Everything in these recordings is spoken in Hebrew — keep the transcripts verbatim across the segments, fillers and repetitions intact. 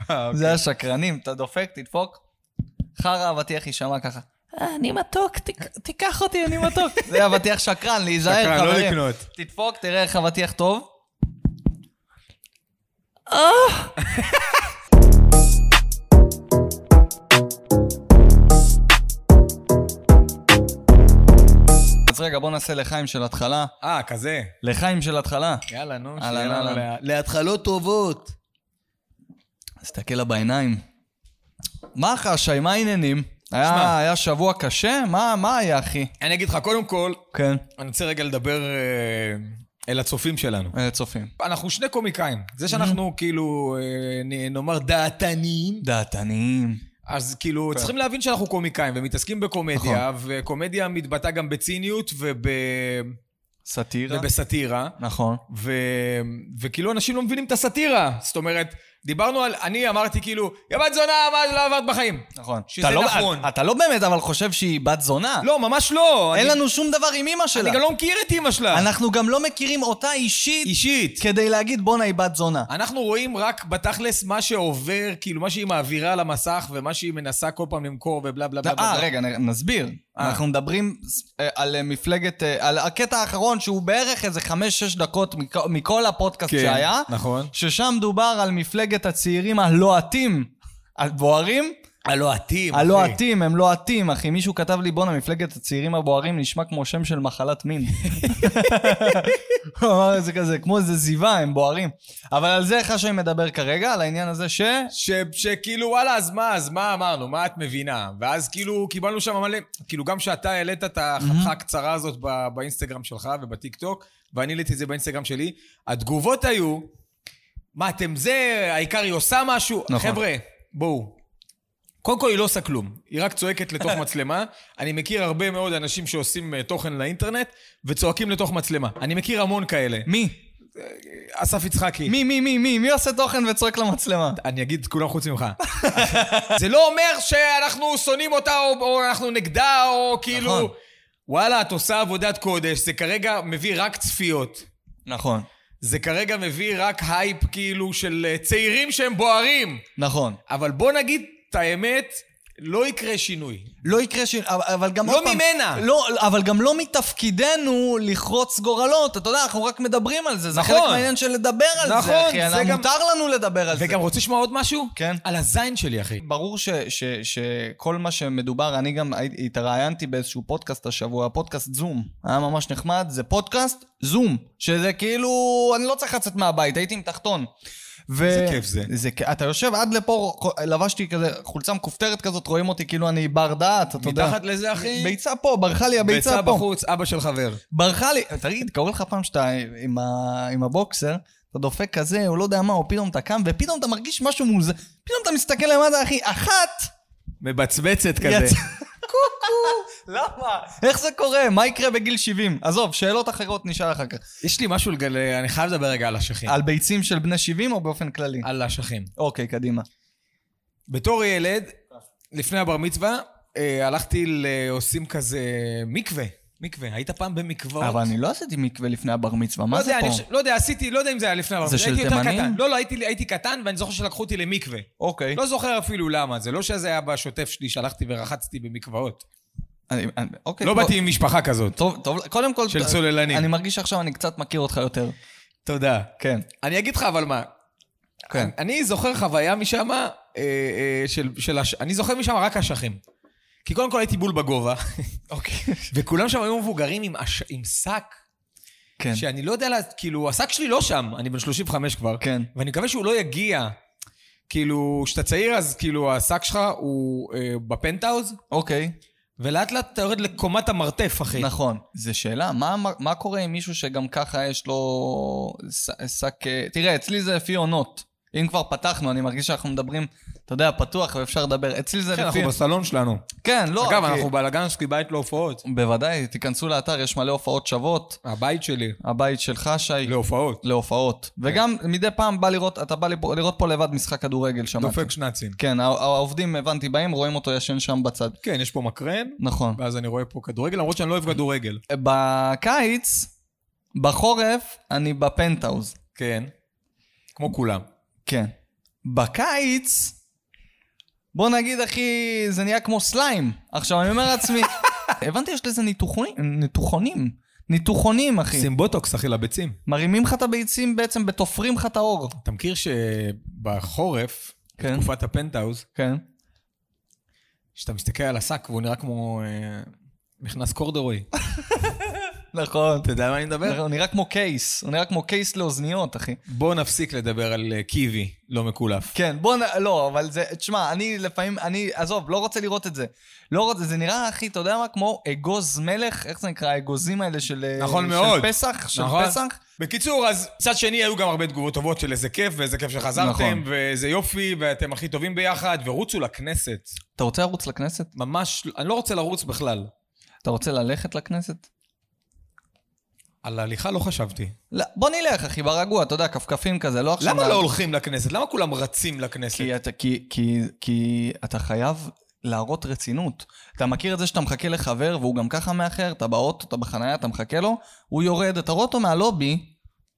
זה השקרנים, אתה דופק, תדפוק, חרא אבטיח יישמע ככה. אני מתוק, תיקח אותי, אני מתוק. זה אבטיח שקרן, להיזהר, חברים. שקרן, לא לקנות. תדפוק, תראה איך אבטיח טוב. אז רגע, בוא נעשה לחיים של התחלה. אה, כזה. לחיים של התחלה. יאללה, נו. יאללה. להתחלות טובות. תסתכל לה בעיניים. מה אחר, שי, מה העניינים? היה, היה שבוע קשה? מה, מה היה, אחי? אני אגיד לך, קודם כל, כן. אני רוצה רגע לדבר אה, אל הצופים שלנו. אל הצופים. אנחנו שני קומיקאים. זה שאנחנו כאילו, אה, נאמר, דעתניים. דעתניים. אז כאילו, כן. צריכים להבין שאנחנו קומיקאים, ומתעסקים בקומדיה, נכון. וקומדיה מתבטא גם בציניות וב... סטירה. ובסטירה. נכון. ו... וכאילו, אנשים לא מבינים את הסטירה. זאת אומרת... דיברנו על, אני אמרתי כאילו, יא בת זונה, מה לא עברת בחיים? נכון. שזה לא, נכון. אתה לא באמת אבל חושב שהיא בת זונה. לא, ממש לא. אין אני, לנו שום דבר עם אמא שלה. אני גם לא מכיר את אמא שלה. אנחנו גם לא מכירים אותה אישית. אישית. כדי להגיד בונה היא בת זונה. אנחנו רואים רק בתכלס מה שעובר, כאילו מה שהיא מעבירה על המסך, ומה שהיא מנסה כל פעם למכור ובלה בלה בלה. אה, רגע, נסביר. אנחנו מדברים על מפלגת, על הקטע האחרון שהוא בערך איזה חמש שש דקות מכל הפודקאסט שהיה. נכון. ששם דובר על מפלגת הצעירים הלוהטים, הבוערים. הלוהטים, אחי. הלוהטים, הם לוהטים, אחי. מישהו כתב לי, בונה, מפלגת הצעירים הבוערים נשמע כמו שם של מחלת מין. הוא אמר זה כזה, כמו איזה זיווה, הם בוערים. אבל על זה איך שאני מדבר כרגע, על העניין הזה ש... ש... שכאילו, וואלה, אז מה, אז מה אמרנו, מה את מבינה? ואז כאילו, קיבלנו שם מלא, כאילו, גם שאתה העלית את החתכה הקצרה הזאת בא... באינסטגרם שלך ובטיק טוק, ואני העליתי את זה באינסטגרם שלי, התגובות היו, מה אתם זה, העיקר היא עושה משהו? נכון. חבר'ה, בואו. קודם כל היא לא עושה כלום, היא רק צועקת לתוך מצלמה. אני מכיר הרבה מאוד אנשים שעושים תוכן לאינטרנט וצועקים לתוך מצלמה. אני מכיר המון כאלה. מי? אסף יצחקי. מי, מי, מי, מי? מי עושה תוכן וצועק למצלמה? אני אגיד כולם חוץ ממך. זה לא אומר שאנחנו שונאים אותה או, או אנחנו נגדה או כאילו... נכון. וואלה, את עושה עבודת קודש, זה כרגע מביא רק צפיות. נכון. זה כרגע מביא רק הייפ כאילו של צעירים שהם בוערים. נכון. אבל בוא נגיד את האמת, לא יקרה שינוי. לא יקרה שינוי, אבל גם... לא ממנה. לא, אבל גם לא מתפקידנו לחרוץ גורלות. אתה יודע, אנחנו רק מדברים על זה. זה חלק מהעניין של לדבר על זה, אחי. מותר לנו לדבר על זה. וגם רוצה לשמוע עוד משהו? כן. על הזין שלי, אחי. ברור שכל מה שמדובר, אני גם התראיינתי באיזשהו פודקאסט השבוע, פודקאסט זום. היה ממש נחמד, זה פודקאסט זום. שזה כאילו, אני לא צריך לצאת מהבית, הייתי עם תחתון. איזה כיף זה. זה, אתה יושב עד לפה, לבשתי כזה חולצה מכופתרת כזאת, רואים אותי כאילו אני בר דעת, אתה יודע. מתחת לזה, אחי? ביצה פה, ברחה לי הביצה פה. ביצה בחוץ, אבא של חבר. ברחה לי, תגיד, קורא לך פעם שאתה עם, ה, עם הבוקסר, אתה דופק כזה, הוא לא יודע מה, או פתאום אתה קם, ופתאום אתה מרגיש משהו מוזר, פתאום אתה מסתכל למטה, אחי, אחת! מבצבצת כזה. קוקו, למה? איך זה קורה? מה יקרה בגיל שבעים? עזוב, שאלות אחרות נשאל אחר כך. יש לי משהו לגל... אני חייב לדבר רגע על השכים. על ביצים של בני שבעים או באופן כללי? על השכים. אוקיי, קדימה. בתור ילד, לפני הבר מצווה, הלכתי לעושים כזה מקווה. מקווה, היית פעם במקוואות? אבל אני לא עשיתי מקווה לפני הבר מצווה, מה זה פה? לא יודע, עשיתי, לא יודע אם זה היה לפני הבר מצווה. זה של תימנים? לא, לא, הייתי קטן ואני זוכר שלקחו אותי למקווה. אוקיי. לא זוכר אפילו למה, זה לא שזה היה בשוטף שלי, שהלכתי ורחצתי במקוואות. לא באתי עם משפחה כזאת. טוב, טוב, קודם כל... של צוללנים. אני מרגיש עכשיו, אני קצת מכיר אותך יותר. תודה. כן. אני אגיד לך אבל מה. כן. אני זוכר חוויה משם, אני זוכר משם רק השכים. כי קודם כל הייתי בול בגובה. אוקיי. וכולם שם היו מבוגרים עם, הש... עם סק. כן. שאני לא יודע, לה... כאילו, הסק שלי לא שם, אני בן שלושים וחמש כבר. כן. ואני מקווה שהוא לא יגיע. כאילו, שאתה צעיר, אז כאילו, הסק שלך הוא אה, בפנטאוז. אוקיי. ולאט לאט אתה יורד לקומת המרתף, אחי. נכון. זו שאלה, מה, מה קורה עם מישהו שגם ככה יש לו סק... תראה, אצלי זה לפי עונות. אם כבר פתחנו, אני מרגיש שאנחנו מדברים, אתה יודע, פתוח ואפשר לדבר. אצלי זה כן, לפי... אנחנו בסלון שלנו. כן, לא. אגב, אנחנו בלגנסקי, בית להופעות. בוודאי, תיכנסו לאתר, יש מלא הופעות שוות. הבית שלי. הבית שלך, שי. להופעות. להופעות. וגם מדי פעם בא לראות, אתה בא לראות פה לבד משחק כדורגל, שמעתי. דופק שנצים. כן, העובדים, הבנתי, באים, רואים אותו ישן שם בצד. כן, יש פה מקרן. נכון. ואז אני רואה פה כדורגל, למרות שאני לא אוהב כדורגל. בקיץ, בחורף, אני בפנטאוז. כן. כמו כולם. כן. בקיץ, בוא נגיד, אחי, זה נהיה כמו סליים. עכשיו, אני אומר לעצמי, הבנתי, יש לזה ניתוחונים, ניתוחונים, ניתוחונים, אחי. סימבוטוקס, אחי, לביצים. מרימים לך את הביצים בעצם, בתופרים לך את האור. אתה מכיר שבחורף, כן. בתקופת הפנטהאוז, כן. שאתה מסתכל על השק והוא נראה כמו אה, מכנס קורדרוי. נכון. אתה יודע מה אני מדבר? הוא נראה כמו קייס, הוא נראה כמו קייס לאוזניות, אחי. בוא נפסיק לדבר על uh, קיווי, לא מקולף. כן, בוא נ... לא, אבל זה, תשמע, אני לפעמים, אני, עזוב, לא רוצה לראות את זה. לא רוצה, זה נראה, אחי, אתה יודע מה, כמו אגוז מלך, איך זה נקרא, האגוזים האלה של... נכון של מאוד. פסח, של נכון. פסח. בקיצור, אז צד שני היו גם הרבה תגובות טובות של איזה כיף, ואיזה כיף שחזרתם, נכון. ואיזה יופי, ואתם הכי טובים ביחד, ורוצו לכנסת. אתה רוצה לרוץ לכנסת? ממש, אני לא רוצה לרוץ בכלל. אתה רוצה ללכת לכנסת? על ההליכה לא חשבתי. לא, בוא נלך, אחי, ברגוע, אתה יודע, כפכפים כזה, לא עכשיו... למה לא הולכים לכנסת? למה כולם רצים לכנסת? כי אתה, כי, כי, כי אתה חייב להראות רצינות. אתה מכיר את זה שאתה מחכה לחבר, והוא גם ככה מאחר, אתה באוטו, אתה בחנייה, אתה מחכה לו, הוא יורד, אתה רואה אותו מהלובי,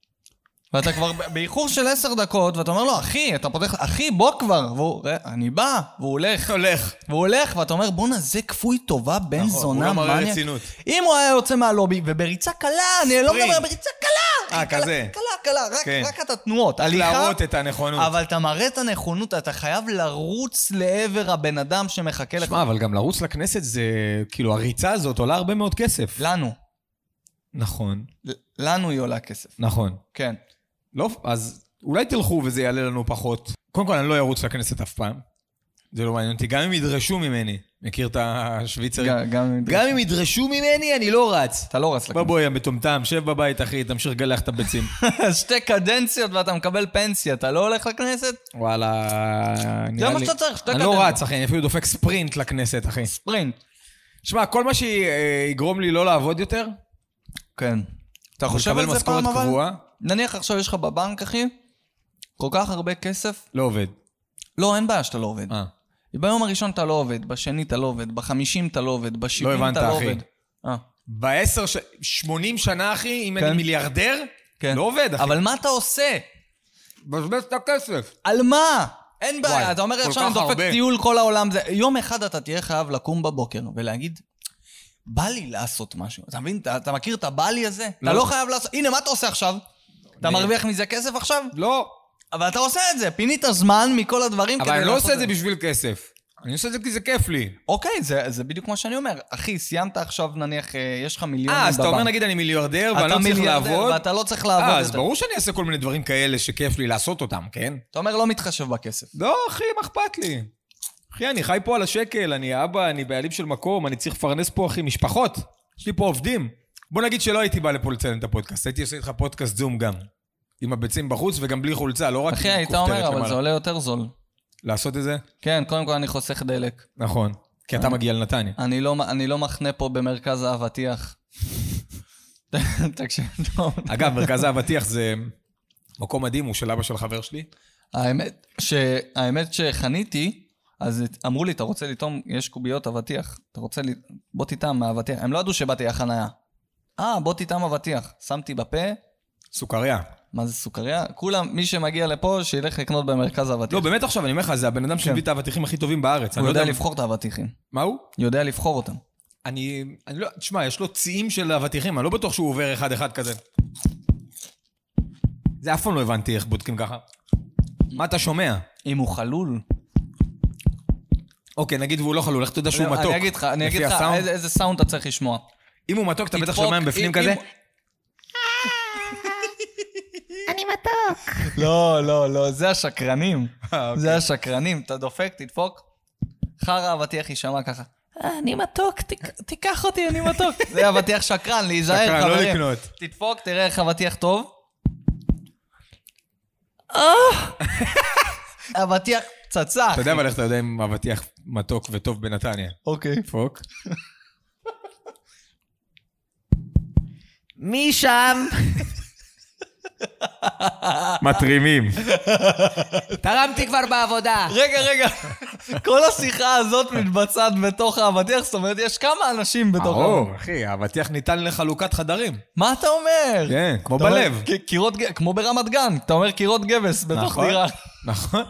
ואתה כבר באיחור של עשר דקות, ואתה אומר לו, אחי, אתה פותח, אחי, בוא כבר, והוא, אני בא, והוא הולך. הולך. והוא הולך, ואתה אומר, בוא נזה כפוי טובה, בן נכון, זונה, הוא לא מראה מניאק. רצינות. אם הוא היה יוצא מהלובי, ובריצה קלה, אני לא מדבר, בריצה קלה. אה, כזה. קלה, קלה, רק, כן. רק את התנועות. רק הליכה, להראות את הנכונות. אבל אתה מראה את הנכונות, אתה חייב לרוץ לעבר הבן אדם שמחכה לך. שמע, אבל גם לרוץ לכנסת זה, כאילו, הריצה הזאת עולה הרבה מאוד כסף. לנו. נכון. לנו היא עולה כסף. נכון. כן. לא, אז אולי תלכו וזה יעלה לנו פחות. קודם כל, אני לא ארוץ לכנסת אף פעם. זה לא מעניין אותי. גם אם ידרשו ממני. מכיר את השוויצרים? גם, גם, גם אם ידרשו ממני, אני לא רץ. אתה לא רץ בוא לכנסת. בואי, המטומטם, שב בבית, אחי, תמשיך גלח את הביצים. שתי קדנציות ואתה מקבל פנסיה, אתה לא הולך לכנסת? וואלה, נראה לי... מה שאתה צריך, שתי אני לא קדנציות. רץ, אחי, אני אפילו דופק ספרינט לכנסת, אחי. ספרינט. שמע, כל מה שיגרום לי לא לעבוד יותר, כן. אתה חושב על זה פעם אבל? קבועה, נניח עכשיו יש לך בבנק, אחי, כל כך הרבה כסף. לא עובד. לא, אין בעיה שאתה לא עובד. אה. ביום הראשון אתה לא עובד, בשני אתה לא עובד, בחמישים אתה לא עובד, בשבעים לא אתה הבנת, לא אחי. עובד. אה. בעשר, ש... שמונים שנה, אחי, אם כן. אני מיליארדר, כן. לא עובד, אחי. אבל מה אתה עושה? בזבז את הכסף. על מה? אין בעיה, וואי, אתה אומר כל עכשיו אני כך דופק הרבה. טיול כל העולם. זה... יום אחד אתה תהיה חייב לקום בבוקר ולהגיד, בא לי לעשות משהו. אתה מבין? אתה, אתה מכיר את הבא לי הזה? לא. אתה לא חייב לעשות... הנה, מה אתה עושה עכשיו? אתה מרוויח מזה כסף עכשיו? לא. אבל אתה עושה את זה, פינית זמן מכל הדברים אבל אני לא עושה את זה בשביל כסף. אני עושה את זה כי זה כיף לי. אוקיי, זה, זה בדיוק מה שאני אומר. אחי, סיימת עכשיו, נניח, אה, יש לך מיליון אה, אז אתה אומר, נגיד, אני מיליארדר, ואני לא צריך לעבוד. ואתה לא צריך לעבוד. אה, אז יותר. ברור שאני אעשה כל מיני דברים כאלה שכיף לי לעשות אותם, כן? אתה אומר, לא מתחשב בכסף. לא, אחי, מה אכפת לי? אחי, אני חי פה על השקל, אני אבא, אני בעלים של מקום, אני צריך לפרנס פה, אחי, משפחות. יש לי פה עובדים. בוא נגיד שלא הייתי בא לפה לציין את הפודקאסט, הייתי עושה איתך פודקאסט זום גם. עם הביצים בחוץ וגם בלי חולצה, לא רק אחי, היית אומר, אבל זה עולה יותר זול. לעשות את זה? כן, קודם כל אני חוסך דלק. נכון. כי אתה מגיע לנתניה. אני לא, אני לא מחנה פה במרכז האבטיח. תקשיב, טוב. אגב, מרכז האבטיח זה מקום מדהים, הוא של אבא של חבר שלי. האמת, ש... האמת שחניתי, אז אמרו לי, אתה רוצה לטעום, יש קוביות אבטיח, אתה רוצה, ל... בוא תטעם מהאבטיח. הם לא ידעו שבאתי החנייה. אה, בוא תטעם אבטיח. שמתי בפה, סוכריה. מה זה סוכריה? כולם, מי שמגיע לפה, שילך לקנות במרכז האבטיח. לא, באמת עכשיו, אני אומר לך, זה הבן אדם שמביא את האבטיחים הכי טובים בארץ. הוא יודע לבחור את האבטיחים. מה הוא? יודע לבחור אותם. אני, אני לא, תשמע, יש לו ציים של אבטיחים, אני לא בטוח שהוא עובר אחד-אחד כזה. זה אף פעם לא הבנתי איך בודקים ככה. מה אתה שומע? אם הוא חלול. אוקיי, נגיד והוא לא חלול, איך אתה יודע שהוא מתוק? אני אגיד לך, אני אגיד לך, הסאונד? איזה, איזה סאונד אתה צריך לשמוע. אם הוא מתוק, אתה בטח תדפוק, שומע בפנים אם- כזה? אם- אני מתוק. לא, לא, לא, זה השקרנים. אה, אוקיי. זה השקרנים. אתה דופק, תדפוק. חרא אבטיח יישמע ככה. "אה, אני מתוק, תיק- תיקח אותי, אני מתוק. זה אבטיח שקרן, להיזהר, שקרן, לא חברים. לקנות. תדפוק, תראה איך אבטיח טוב. אבטיח פצצה. אתה יודע אבל איך אתה יודע אם אבטיח מתוק וטוב בנתניה? אוקיי. פוק. מי שם? מתרימים. תרמתי כבר בעבודה. רגע, רגע. כל השיחה הזאת מתבצעת בתוך האבטיח, זאת אומרת, יש כמה אנשים בתוך האבטיח. ברור, אחי, האבטיח ניתן לחלוקת חדרים. מה אתה אומר? כן, כמו אתה אומר, בלב. ק- קירות, ג- כמו ברמת גן, אתה אומר קירות גבס בתוך נכון. דירה. נכון.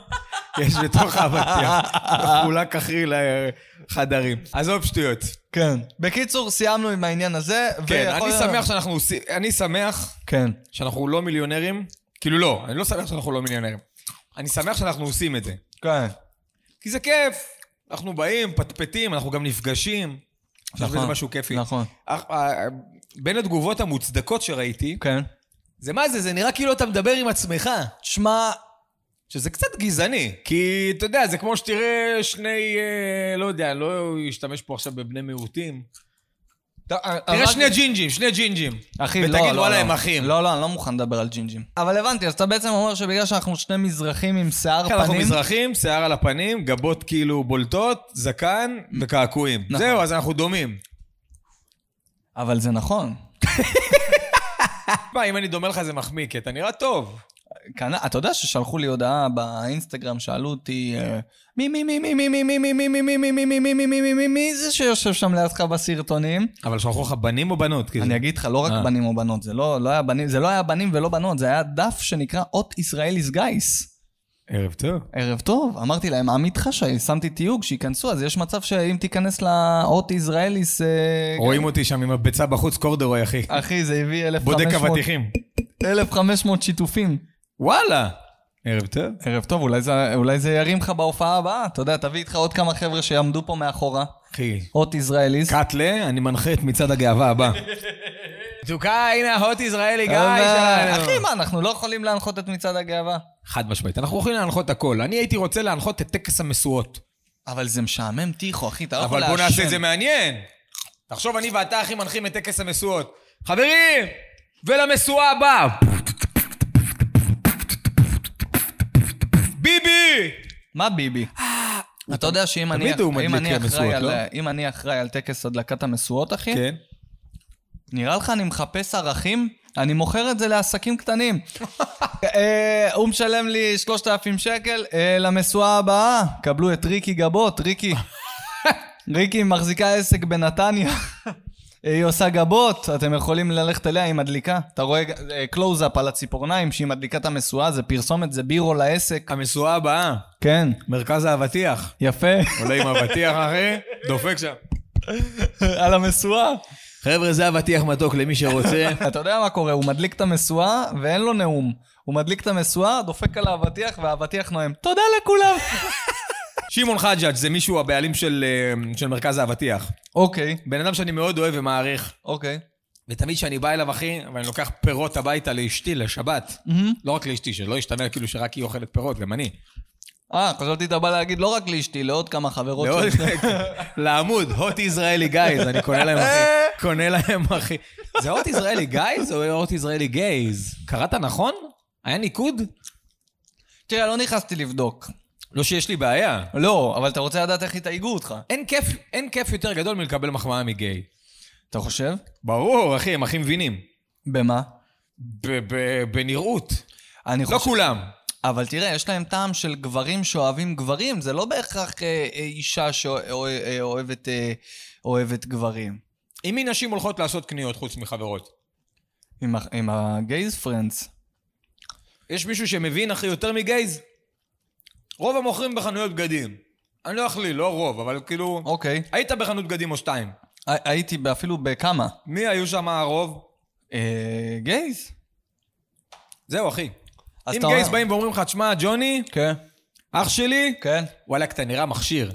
יש בתוך האבטיח. מחולק אחרי לחדרים. עזוב שטויות. כן. בקיצור, סיימנו עם העניין הזה. כן, אני שמח שאנחנו עושים... אני שמח כן. שאנחנו לא מיליונרים. כאילו לא, אני לא שמח שאנחנו לא מיליונרים. אני שמח שאנחנו עושים את זה. כן. כי זה כיף. אנחנו באים, פטפטים, אנחנו גם נפגשים. נכון. זה משהו כיפי. נכון. בין התגובות המוצדקות שראיתי, כן. זה מה זה? זה נראה כאילו אתה מדבר עם עצמך. שמע, שזה קצת גזעני. כי, אתה יודע, זה כמו שתראה שני, אה, לא יודע, לא אשתמש פה עכשיו בבני מיעוטים. תראה שני ג'ינג'ים, שני ג'ינג'ים. אחי, לא, ותגיד, לא, וואלה, לא. הם אחים. לא, לא, אני לא מוכן לדבר על ג'ינג'ים. אבל הבנתי, אז אתה בעצם אומר שבגלל שאנחנו שני מזרחים עם שיער פנים... אנחנו מזרחים, שיער על הפנים, גבות כאילו בולטות, זקן וקעקועים. זהו, אז אנחנו דומים. אבל זה נכון. מה, אם אני דומה לך זה מחמיא, כי אתה נראה טוב. אתה יודע ששלחו לי הודעה באינסטגרם, שאלו אותי, מי מי מי מי מי מי מי מי מי מי מי מי מי מי מי מי מי מי מי זה שיושב שם לידך בסרטונים? אבל שלחו לך בנים או בנות? אני אגיד לך, לא רק בנים או בנות, זה לא היה בנים, זה לא היה בנים ולא בנות, זה היה דף שנקרא אות ישראליס גייס. ערב טוב. ערב טוב. אמרתי להם, עמית חשי, שמתי תיוג שיכנסו, אז יש מצב שאם תיכנס לאות ישראליס... רואים אותי שם עם הביצה בחוץ, קורדרוי, אחי. אחי, זה הביא אלף וחמש מאות... בודק אבטיחים. אלף וחמש מאות שיתופים. וואלה. ערב טוב. ערב טוב, אולי זה, אולי זה ירים לך בהופעה הבאה. אתה יודע, תביא איתך עוד כמה חבר'ה שיעמדו פה מאחורה. אחי. אות ישראליס. קטלה, אני מנחה את מצעד הגאווה הבא. תוקה, הנה, האות ישראלי, גיא שלנו. אחי, מה, אנחנו לא יכולים להנחות את מצעד הגאווה? חד משמעית, אנחנו יכולים להנחות הכל. אני הייתי רוצה להנחות את טקס המשואות. אבל זה משעמם תיכו, אחי, אתה לא יכול להשם. אבל בוא להשם. נעשה את זה מעניין. תחשוב, אני ואתה, אחי, מנחים את טקס המשואות. חברים, ולמשואה הבאה. ביבי! מה ביבי? אתה יודע שאם אני, אם אני אחראי על, אם אני אחראי על טקס הדלקת המשואות, אחי, כן. נראה לך אני מחפש ערכים? אני מוכר את זה לעסקים קטנים. הוא משלם לי שלושת אלפים שקל למשואה הבאה. קבלו את ריקי גבות, ריקי. ריקי מחזיקה עסק בנתניה. היא עושה גבות, אתם יכולים ללכת אליה, היא מדליקה. אתה רואה קלוז-אפ על הציפורניים, שהיא מדליקה את המשואה, זה פרסומת, זה בירו לעסק. המשואה הבאה. כן. מרכז האבטיח. יפה. עולה עם אבטיח, אחי, דופק שם. על המשואה. חבר'ה, זה אבטיח מתוק למי שרוצה. אתה יודע מה קורה, הוא מדליק את המשואה ואין לו נאום. הוא מדליק את המשואה, דופק על האבטיח והאבטיח נואם. תודה לכולם. שמעון חג'אג' זה מישהו הבעלים של, של מרכז האבטיח. אוקיי. בן אדם שאני מאוד אוהב ומעריך. אוקיי. ותמיד שאני בא אליו, אחי, ואני לוקח פירות הביתה לאשתי, לשבת. לא רק לאשתי, שלא ישתמע כאילו שרק היא אוכלת פירות, גם אני. אה, חשבתי אתה בא להגיד לא רק לאשתי, לעוד כמה חברות. לעמוד, הוט ישראלי גייז, אני קונה להם, אחי. קונה להם, אחי. זה הוט ישראלי גייז או הוט ישראלי גייז? קראת נכון? היה ניקוד? תראה, לא נכנסתי לבדוק. לא שיש לי בעיה. לא, אבל אתה רוצה לדעת איך יתייגו אותך. אין כיף, אין כיף יותר גדול מלקבל מחמאה מגיי. אתה חושב? ברור, אחי, הם הכי מבינים. במה? בנראות. אני חושב... לא כולם. אבל תראה, יש להם טעם של גברים שאוהבים גברים, זה לא בהכרח אה, אה, אישה שאוהבת אה, אוהבת גברים. עם מי נשים הולכות לעשות קניות חוץ מחברות? עם, עם הגייז פרנדס. יש מישהו שמבין, אחי, יותר מגייז? רוב המוכרים בחנויות בגדים. אני לא אכליל, לא רוב, אבל כאילו... אוקיי. היית בחנות בגדים או שתיים? הייתי אפילו בכמה. מי היו שם הרוב? אה, גייז. זהו, אחי. אם גייז אומר... באים ואומרים לך, תשמע, ג'וני, כן. אח שלי, כן. וואלה, אתה נראה מכשיר.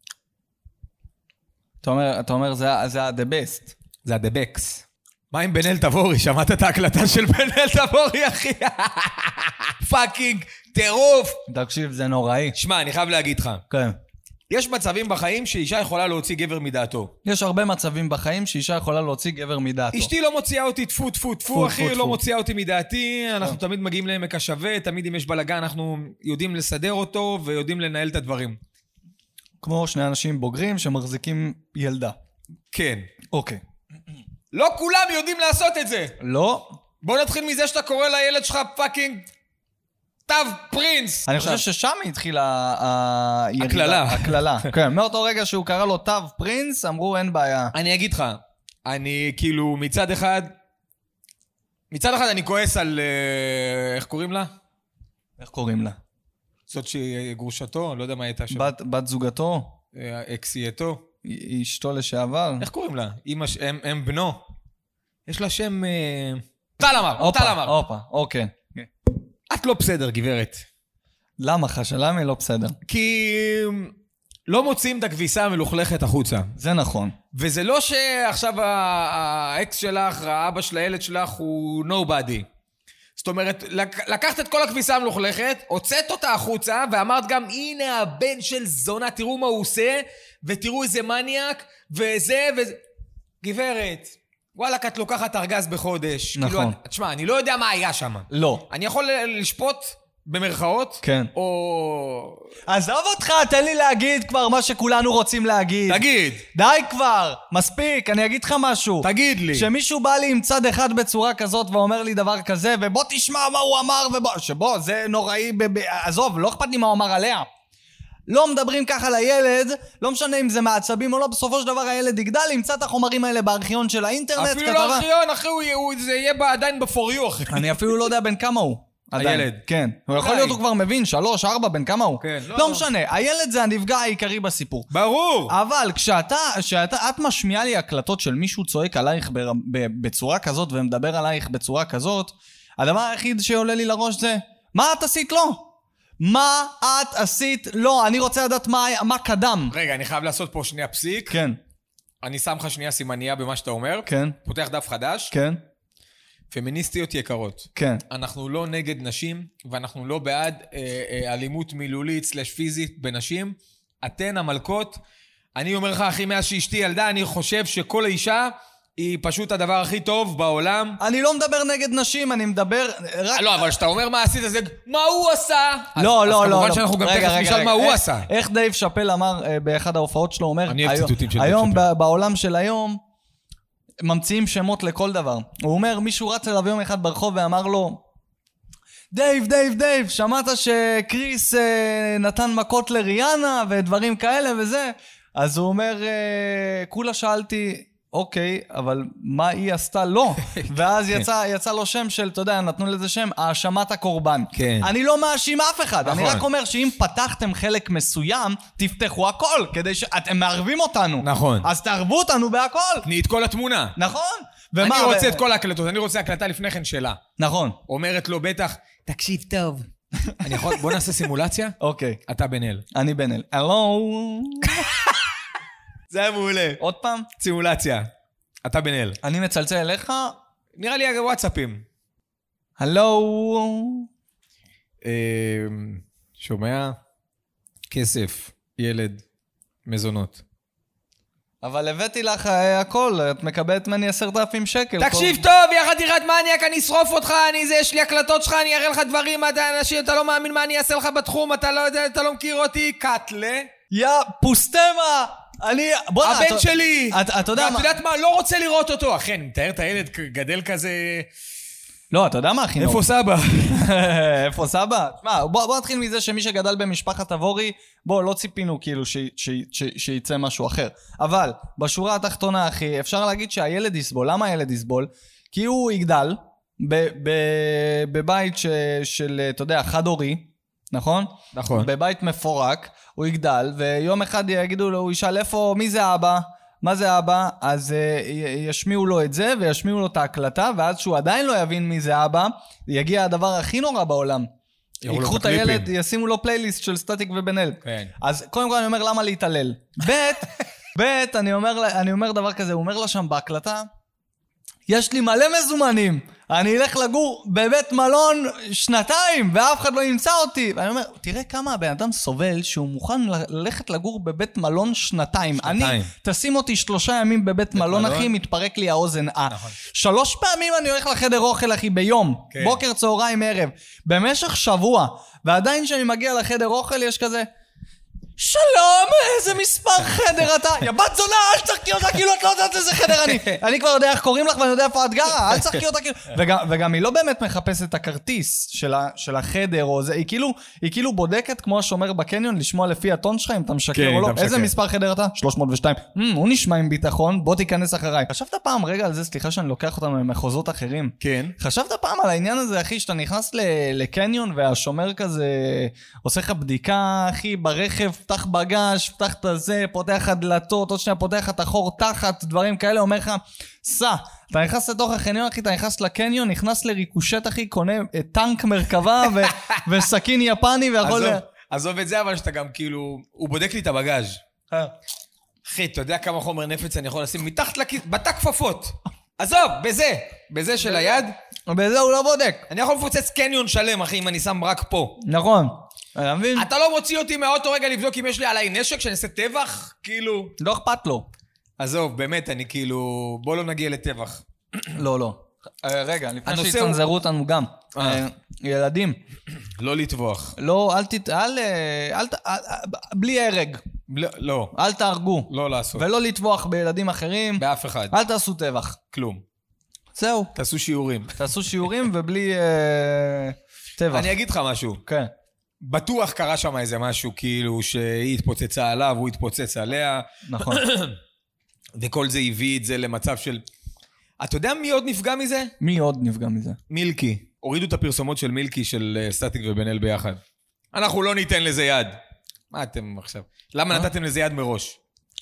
אתה אומר, אתה אומר זה, זה ה-the best. זה ה-the best. מה עם בן אל תבורי? שמעת את ההקלטה של בן אל תבורי, אחי? פאקינג טירוף. תקשיב, זה נוראי. שמע, אני חייב להגיד לך. כן. יש מצבים בחיים שאישה יכולה להוציא גבר מדעתו. יש הרבה מצבים בחיים שאישה יכולה להוציא גבר מדעתו. אשתי לא מוציאה אותי טפו טפו טפו, אחי, לא מוציאה אותי מדעתי. אנחנו תמיד מגיעים לעמק השווה, תמיד אם יש בלגן אנחנו יודעים לסדר אותו ויודעים לנהל את הדברים. כמו שני אנשים בוגרים שמחזיקים ילדה. כן. אוקיי. לא כולם יודעים לעשות את זה. לא. בוא נתחיל מזה שאתה קורא לילד שלך פאקינג תו פרינס. אני חושב ששם התחילה הירידה. הכללה. הכללה. כן, מאותו רגע שהוא קרא לו תו פרינס, אמרו אין בעיה. אני אגיד לך, אני כאילו מצד אחד, מצד אחד אני כועס על, איך קוראים לה? איך קוראים לה? זאת שהיא גרושתו, לא יודע מה הייתה שם. בת, בת זוגתו, אקסייתו. אשתו לשעבר. איך קוראים לה? אמא, הם, הם בנו. יש לה שם... טל אמר, טל אמר. הופה, אוקיי. את לא בסדר, גברת. למה? חשלם היא לא בסדר. כי לא מוצאים את הכביסה המלוכלכת החוצה. זה נכון. וזה לא שעכשיו האקס שלך, האבא של הילד שלך הוא nobody. זאת אומרת, לקחת את כל הכביסה המלוכלכת, הוצאת אותה החוצה, ואמרת גם, הנה הבן של זונה, תראו מה הוא עושה, ותראו איזה מניאק, וזה וזה. גברת, וואלה, את לוקחת ארגז בחודש. נכון. כאילו, תשמע, אני לא יודע מה היה שם. לא. אני יכול לשפוט במרכאות? כן. או... עזוב אותך, תן לי להגיד כבר מה שכולנו רוצים להגיד. תגיד. די כבר, מספיק, אני אגיד לך משהו. תגיד לי. שמישהו בא לי עם צד אחד בצורה כזאת ואומר לי דבר כזה, ובוא תשמע מה הוא אמר, ובוא... שבוא, זה נוראי, ב... ב... עזוב, לא אכפת לי מה הוא אמר עליה. לא מדברים ככה לילד, לא משנה אם זה מעצבים או לא, בסופו של דבר הילד יגדל, ימצא את החומרים האלה בארכיון של האינטרנט. אפילו לא ארכיון, אחרי הוא, הוא, זה יהיה עדיין בפוריו, אחי. אני אפילו לא יודע בין כמה הוא. הילד. כן. הוא יכול להיות הוא כבר מבין, שלוש, ארבע, בין כמה הוא. כן, לא משנה, הילד זה הנפגע העיקרי בסיפור. ברור. אבל כשאתה, כשאתה, את משמיעה לי הקלטות של מישהו צועק עלייך ב, ב, בצורה כזאת ומדבר עלייך בצורה כזאת, הדבר היחיד שעולה לי לראש זה, מה את עשית לו? מה את עשית לו? אני רוצה לדעת מה, מה קדם. רגע, אני חייב לעשות פה שנייה פסיק. כן. אני שם לך שנייה סימניה במה שאתה אומר. כן. פותח דף חדש. כן. פמיניסטיות יקרות. כן. אנחנו לא נגד נשים, ואנחנו לא בעד אה, אה, אלימות מילולית סלש פיזית בנשים. אתן המלכות. אני אומר לך, אחי, מאז שאשתי ילדה, אני חושב שכל האישה היא פשוט הדבר הכי טוב בעולם. אני לא מדבר נגד נשים, אני מדבר רק... לא, אבל שאתה אומר מה עשית, זה מה הוא עשה. לא, אז, לא, אז לא. כמובן לא. שאנחנו גם רגע, תכף רגע, נשאל רגע. מה הוא איך, עשה. איך דייב שאפל אמר אה, באחד ההופעות שלו, אומר... אני אוהב ציטוטים של דייב היום שאפל. ב- בעולם של היום, ממציאים שמות לכל דבר. הוא אומר, מישהו רץ אליו יום אחד ברחוב ואמר לו, דייב, דייב, דייב, שמעת שקריס אה, נתן מכות לריאנה ודברים כאלה וזה? אז הוא אומר, אה, כולה שאלתי, אוקיי, אבל מה היא עשתה? לא. ואז יצא, יצא לו שם של, אתה יודע, נתנו לזה שם, האשמת הקורבן. כן. אני לא מאשים אף אחד. נכון. אני רק אומר שאם פתחתם חלק מסוים, תפתחו הכל, כדי שאתם מערבים אותנו. נכון. אז תערבו אותנו בהכל. תני את כל התמונה. נכון. אני ומה, רוצה ו... את כל ההקלטות, אני רוצה הקלטה לפני כן שלה. נכון. אומרת לו בטח, תקשיב טוב. אני יכול, בוא נעשה סימולציה. אוקיי. אתה בן אל. אני בן אל. הלו. זה היה מעולה. עוד פעם. סימולציה. אתה בן אל. אני מצלצל אליך. נראה לי וואטסאפים. הלו. שומע? כסף, ילד, מזונות. אבל הבאתי לך אה, הכל, את מקבלת ממני עשרת אלפים שקל. תקשיב טוב, יא חתיכת מניאק, אני אשרוף אותך, אני זה, יש לי הקלטות שלך, אני אראה לך דברים, אתה אנשים, אתה לא מאמין מה אני אעשה לך בתחום, אתה לא יודע, אתה לא מכיר אותי, קטלה. יא פוסטמה! אני... בוא, הבן שלי! אתה יודע מה? ואת יודעת מה? לא רוצה לראות אותו. אחי, אני מתאר את הילד גדל כזה... לא, אתה יודע מה, אחי? איפה סבא? איפה סבא? תשמע, בוא, בוא נתחיל מזה שמי שגדל במשפחת אבורי, בוא, לא ציפינו כאילו ש, ש, ש, שיצא משהו אחר. אבל, בשורה התחתונה, אחי, אפשר להגיד שהילד יסבול. למה הילד יסבול? כי הוא יגדל ב, ב, בבית ש, של, אתה יודע, חד-הורי, נכון? נכון. בבית מפורק, הוא יגדל, ויום אחד יגידו לו, הוא ישאל איפה, מי זה אבא? מה זה אבא? אז uh, ישמיעו לו את זה, וישמיעו לו את ההקלטה, ואז שהוא עדיין לא יבין מי זה אבא, יגיע הדבר הכי נורא בעולם. ייקחו את הילד, ישימו לו פלייליסט של סטטיק ובן אל. כן. אז קודם כל אני אומר, למה להתעלל? בית, בית, אני אומר, אני אומר דבר כזה, הוא אומר לה שם בהקלטה, יש לי מלא מזומנים, אני אלך לגור בבית מלון שנתיים, ואף אחד לא ימצא אותי. ואני אומר, תראה כמה הבן אדם סובל שהוא מוכן ללכת לגור בבית מלון שנתיים. שנתיים. אני, תשים אותי שלושה ימים בבית מלון, מלון? אחי, מתפרק לי האוזן. נכון. שלוש פעמים אני הולך לחדר אוכל, אחי, ביום. כן. בוקר, צהריים, ערב. במשך שבוע. ועדיין כשאני מגיע לחדר אוכל, יש כזה... שלום, איזה מספר חדר אתה? יא בת זונה, אל תשחקי אותה כאילו את לא יודעת איזה חדר אני. אני כבר יודע איך קוראים לך ואני יודע איפה את גרה, אל תשחקי אותה כאילו. וגם, וגם היא לא באמת מחפשת את הכרטיס של, ה, של החדר או זה, היא כאילו, היא כאילו בודקת כמו השומר בקניון לשמוע לפי הטון שלך אם אתה משקר כן, או לא. אתה איזה משקר. מספר חדר אתה? שלוש מאות ושתיים. Mm, הוא נשמע עם ביטחון, בוא תיכנס אחריי. חשבת פעם רגע על זה, סליחה שאני לוקח אותנו למחוזות אחרים. כן. חשבת פעם על העניין הזה, אחי, שאתה נכנס ל- לקניון והשומר כזה עושה לך בדיקה, אחי, ברכב, פתח בגש, פתח את הזה, פותח הדלתות, עוד שנייה פותח את החור תחת, דברים כאלה, אומר לך, סע, אתה נכנס לתוך החניון, אחי, אתה נכנס לקניון, נכנס לריקושט, אחי, קונה טנק מרכבה ו- וסכין יפני ויכול... עזוב, עזוב את זה, אבל שאתה גם כאילו, הוא בודק לי את הבגז'. אחי, אתה יודע כמה חומר נפץ אני יכול לשים מתחת לכיס, בתא כפפות. עזוב, בזה, בזה של היד, בזה הוא לא בודק. אני יכול לפוצץ קניון שלם, אחי, אם אני שם רק פה. נכון. אתה מבין? אתה לא מוציא אותי מהאוטו רגע לבדוק אם יש לי עליי נשק, שאני אעשה טבח? כאילו... לא אכפת לו. עזוב, באמת, אני כאילו... בוא לא נגיע לטבח. לא, לא. רגע, לפני הנושא שיצנזרו אותנו גם. אה. ילדים. לא לטבוח. לא, אל תת... אל... אל... אל... בלי הרג. לא, לא, אל תהרגו. לא לעשות. ולא לטבוח בילדים אחרים. באף אחד. אל תעשו טבח. כלום. זהו. תעשו שיעורים. תעשו שיעורים ובלי אה, טבח. אני אגיד לך משהו. כן. בטוח קרה שם איזה משהו, כאילו, שהיא התפוצצה עליו, הוא התפוצץ עליה, נכון. וכל זה הביא את זה למצב של... אתה יודע מי עוד נפגע מזה? מי עוד נפגע מזה? מילקי. הורידו את הפרסומות של מילקי של אה, סטטיק ובן אל ביחד. אנחנו לא ניתן לזה יד. מה אתם עכשיו? למה נתתם לזה יד מראש?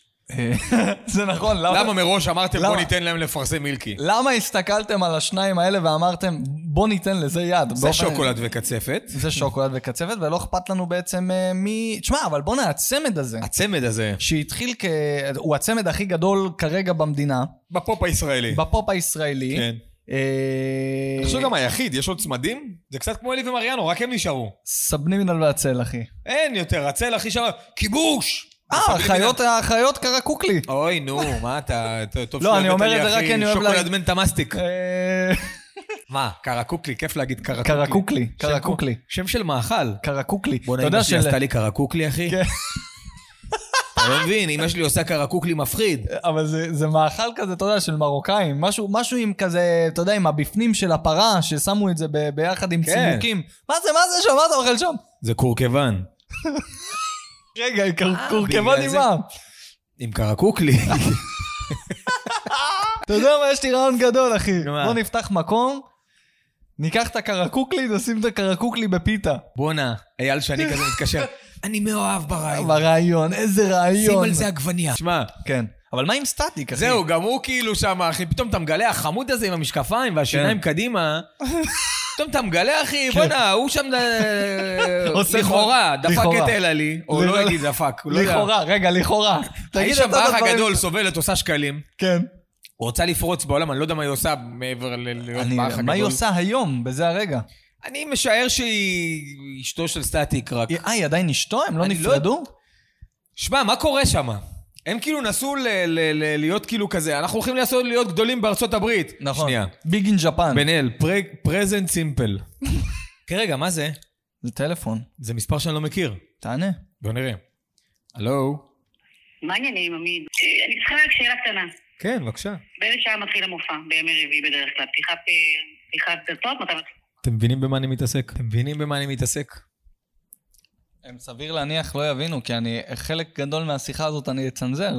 זה נכון. למה מראש אמרתם למה? בוא ניתן להם לפרסם מילקי? למה הסתכלתם על השניים האלה ואמרתם בוא ניתן לזה יד? זה שוקולד וקצפת. זה שוקולד וקצפת, ולא אכפת לנו בעצם uh, מי... תשמע, אבל בוא נע, הצמד הזה, הצמד הזה. שהתחיל כ... הוא הצמד הכי גדול כרגע במדינה, בפופ הישראלי. בפופ הישראלי. כן. אה, אני חושב גם היחיד, יש עוד צמדים? זה קצת כמו אלי ומריאנו, רק הם נשארו. סבלימינל והצל, אחי. אין יותר, הצל הכי שם, כיבוש! אה, החיות, החיות קרקוקלי. אוי, נו, מה אתה... טוב לא, אני שלא אומר הבאת את לי, זה רק אחי, כי אני אוהב שוקולד להגיד. מנטה מסטיק. אה, מה? קרקוקלי, כיף להגיד קרקוקלי. קרקוקלי, קרקוקלי. שם של מאכל. קרקוקלי. בוא אתה נעים, יודע אמא שלי של- עשתה לי קרקוקלי, אחי. כן. אתה לא מבין, אמא שלי עושה קרקוקלי מפחיד. אבל זה, זה מאכל כזה, אתה יודע, של מרוקאים. משהו, משהו עם כזה, אתה יודע, עם הבפנים של הפרה, ששמו את זה ב, ביחד עם כן. צימוקים. מה זה, מה זה שם? מה אתה אוכל שם? זה קורקבן. רגע, בגלל קורקבן עם זה- מה? עם קרקוקלי. אתה יודע מה, יש לי רעיון גדול, אחי. מה? בוא נפתח מקום, ניקח את הקרקוקלי, נשים את הקרקוקלי בפיתה. בואנה, אייל שני כזה מתקשר. אני מאוהב ברעיון. ברעיון, איזה שים רעיון. על זה עגבניה. שמע, כן. אבל מה עם סטטיק, אחי? זהו, גם הוא כאילו שם, אחי, פתאום אתה מגלה, החמוד הזה עם המשקפיים והשיניים קדימה, פתאום אתה מגלה, אחי, בוא'נה, הוא שם אה, עושה לכאורה, דפק לכאורה. את אלעלי, או לא יגיד דפק, הוא לא יודע. לכאורה, רגע, לכאורה. תגיד האיש שם אתה את באח הדברים- הגדול, סובלת, עושה שקלים, כן. הוא רוצה לפרוץ בעולם, אני לא יודע מה היא עושה מעבר ל- להיות אני- באח הגדול. מה היא עושה היום, בזה הרגע? אני משער שהיא אשתו של סטטיק רק. אה, היא עדיין אשתו? הם לא אני לא- נפרדו? שמע, מה קורה שם? הם כאילו נסו ל- ל- ל- להיות כאילו כזה, אנחנו הולכים לעשות להיות גדולים בארצות הברית. נכון. שנייה. ביג אין ג'פן. בן-אל, פרזנט סימפל. כרגע, מה זה? זה טלפון. זה מספר שאני לא מכיר. תענה. בוא נראה. הלו? מה העניינים, עמית? אה, אני צריכה רק שאלה קטנה. כן, בבקשה. באיזה שעה מתחיל המופע? בימי רביעי בדרך כלל. פתיחת, אה, פתיחת דלתות? מתי מתחיל? אתם מבינים במה אני מתעסק? אתם מבינים במה אני מתעסק? הם סביר להניח לא יבינו, כי אני, חלק גדול מהשיחה הזאת אני אצנזר.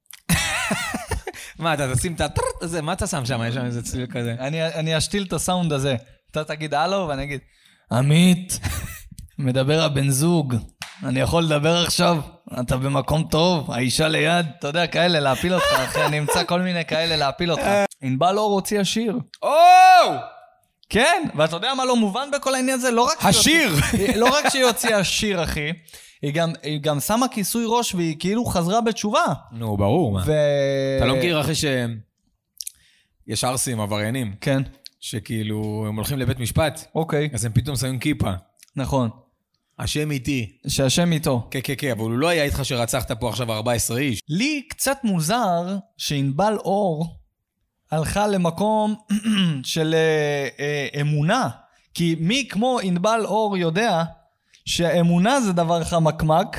מה, אתה תשים את הטרט הזה? מה אתה שם שם? יש שם איזה צליל כזה. אני, אני אשתיל את הסאונד הזה. אתה תגיד הלו ואני אגיד, עמית, מדבר הבן זוג, אני יכול לדבר עכשיו? אתה במקום טוב, האישה ליד, אתה יודע, כאלה, להפיל אותך, אחי, אני אמצא כל מיני כאלה להפיל אותך. ענבל אור הוציאה שיר. או! כן, ואתה יודע מה לא מובן בכל העניין הזה? לא רק שהיא השיר! הוציאה- לא רק שהיא הוציאה שיר, אחי, היא גם, היא גם שמה כיסוי ראש והיא כאילו חזרה בתשובה. נו, ברור, מה. ו... אתה לא מכיר אחרי ש... יש ערסים, עבריינים, כן, שכאילו הם הולכים לבית משפט, אוקיי, אז הם פתאום שמים כיפה. נכון. השם איתי. שהשם איתו. כן, כן, כן, אבל הוא לא היה איתך שרצחת פה עכשיו ארבע עשרה איש. לי קצת מוזר שענבל אור הלכה למקום של אה, אה, אמונה. כי מי כמו ענבל אור יודע שאמונה זה דבר חמקמק,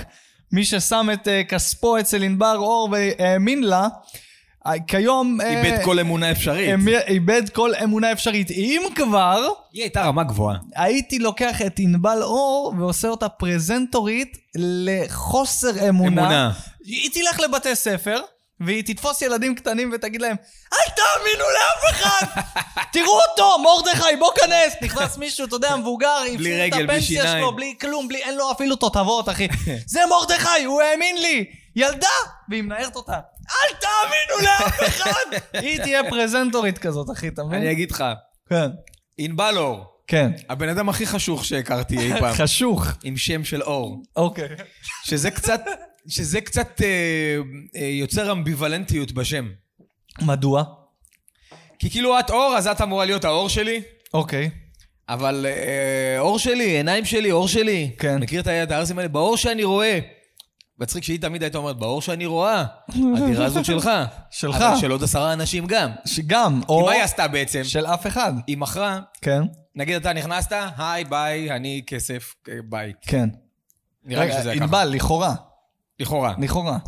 מי ששם את uh, כספו אצל ענבר אור והאמין לה, כיום... איבד כל אמונה אפשרית. איבד כל אמונה אפשרית. אם כבר... היא הייתה רמה גבוהה. הייתי לוקח את ענבל אור ועושה אותה פרזנטורית לחוסר אמונה. אמונה. היא תלך לבתי ספר, והיא תתפוס ילדים קטנים ותגיד להם, אל תאמינו לאף אחד! תראו אותו, מורדכי, בוא כנס! נכנס מישהו, אתה יודע, מבוגר, בלי רגל, בלי שיניים. שלו, בלי כלום, בלי, אין לו אפילו תותבות, אחי. זה מורדכי, הוא האמין לי! ילדה! והיא מנערת אותה. אל תאמינו לאף אחד! היא תהיה פרזנטורית כזאת, אחי, אתה מבין? אני אגיד לך. כן. ענבל אור. כן. הבן אדם הכי חשוך שהכרתי אי פעם. חשוך. עם שם של אור. אוקיי. שזה קצת, שזה קצת אה, אה, יוצר אמביוולנטיות בשם. מדוע? כי כאילו את אור, אז את אמורה להיות האור שלי. אוקיי. אבל אה, אור שלי, עיניים שלי, אור שלי. כן. מכיר את היד הארזים האלה? באור שאני רואה. בצחיק שהיא תמיד הייתה אומרת, באור שאני רואה, הדירה הזאת שלך. שלך. אבל של עוד עשרה אנשים גם. שגם. כי מה היא עשתה בעצם? של אף אחד. היא מכרה. כן. נגיד אתה נכנסת, היי, ביי, אני כסף, ביי. כן. נראה לי שזה היה ככה. ענבל, לכאורה. לכאורה. לכאורה.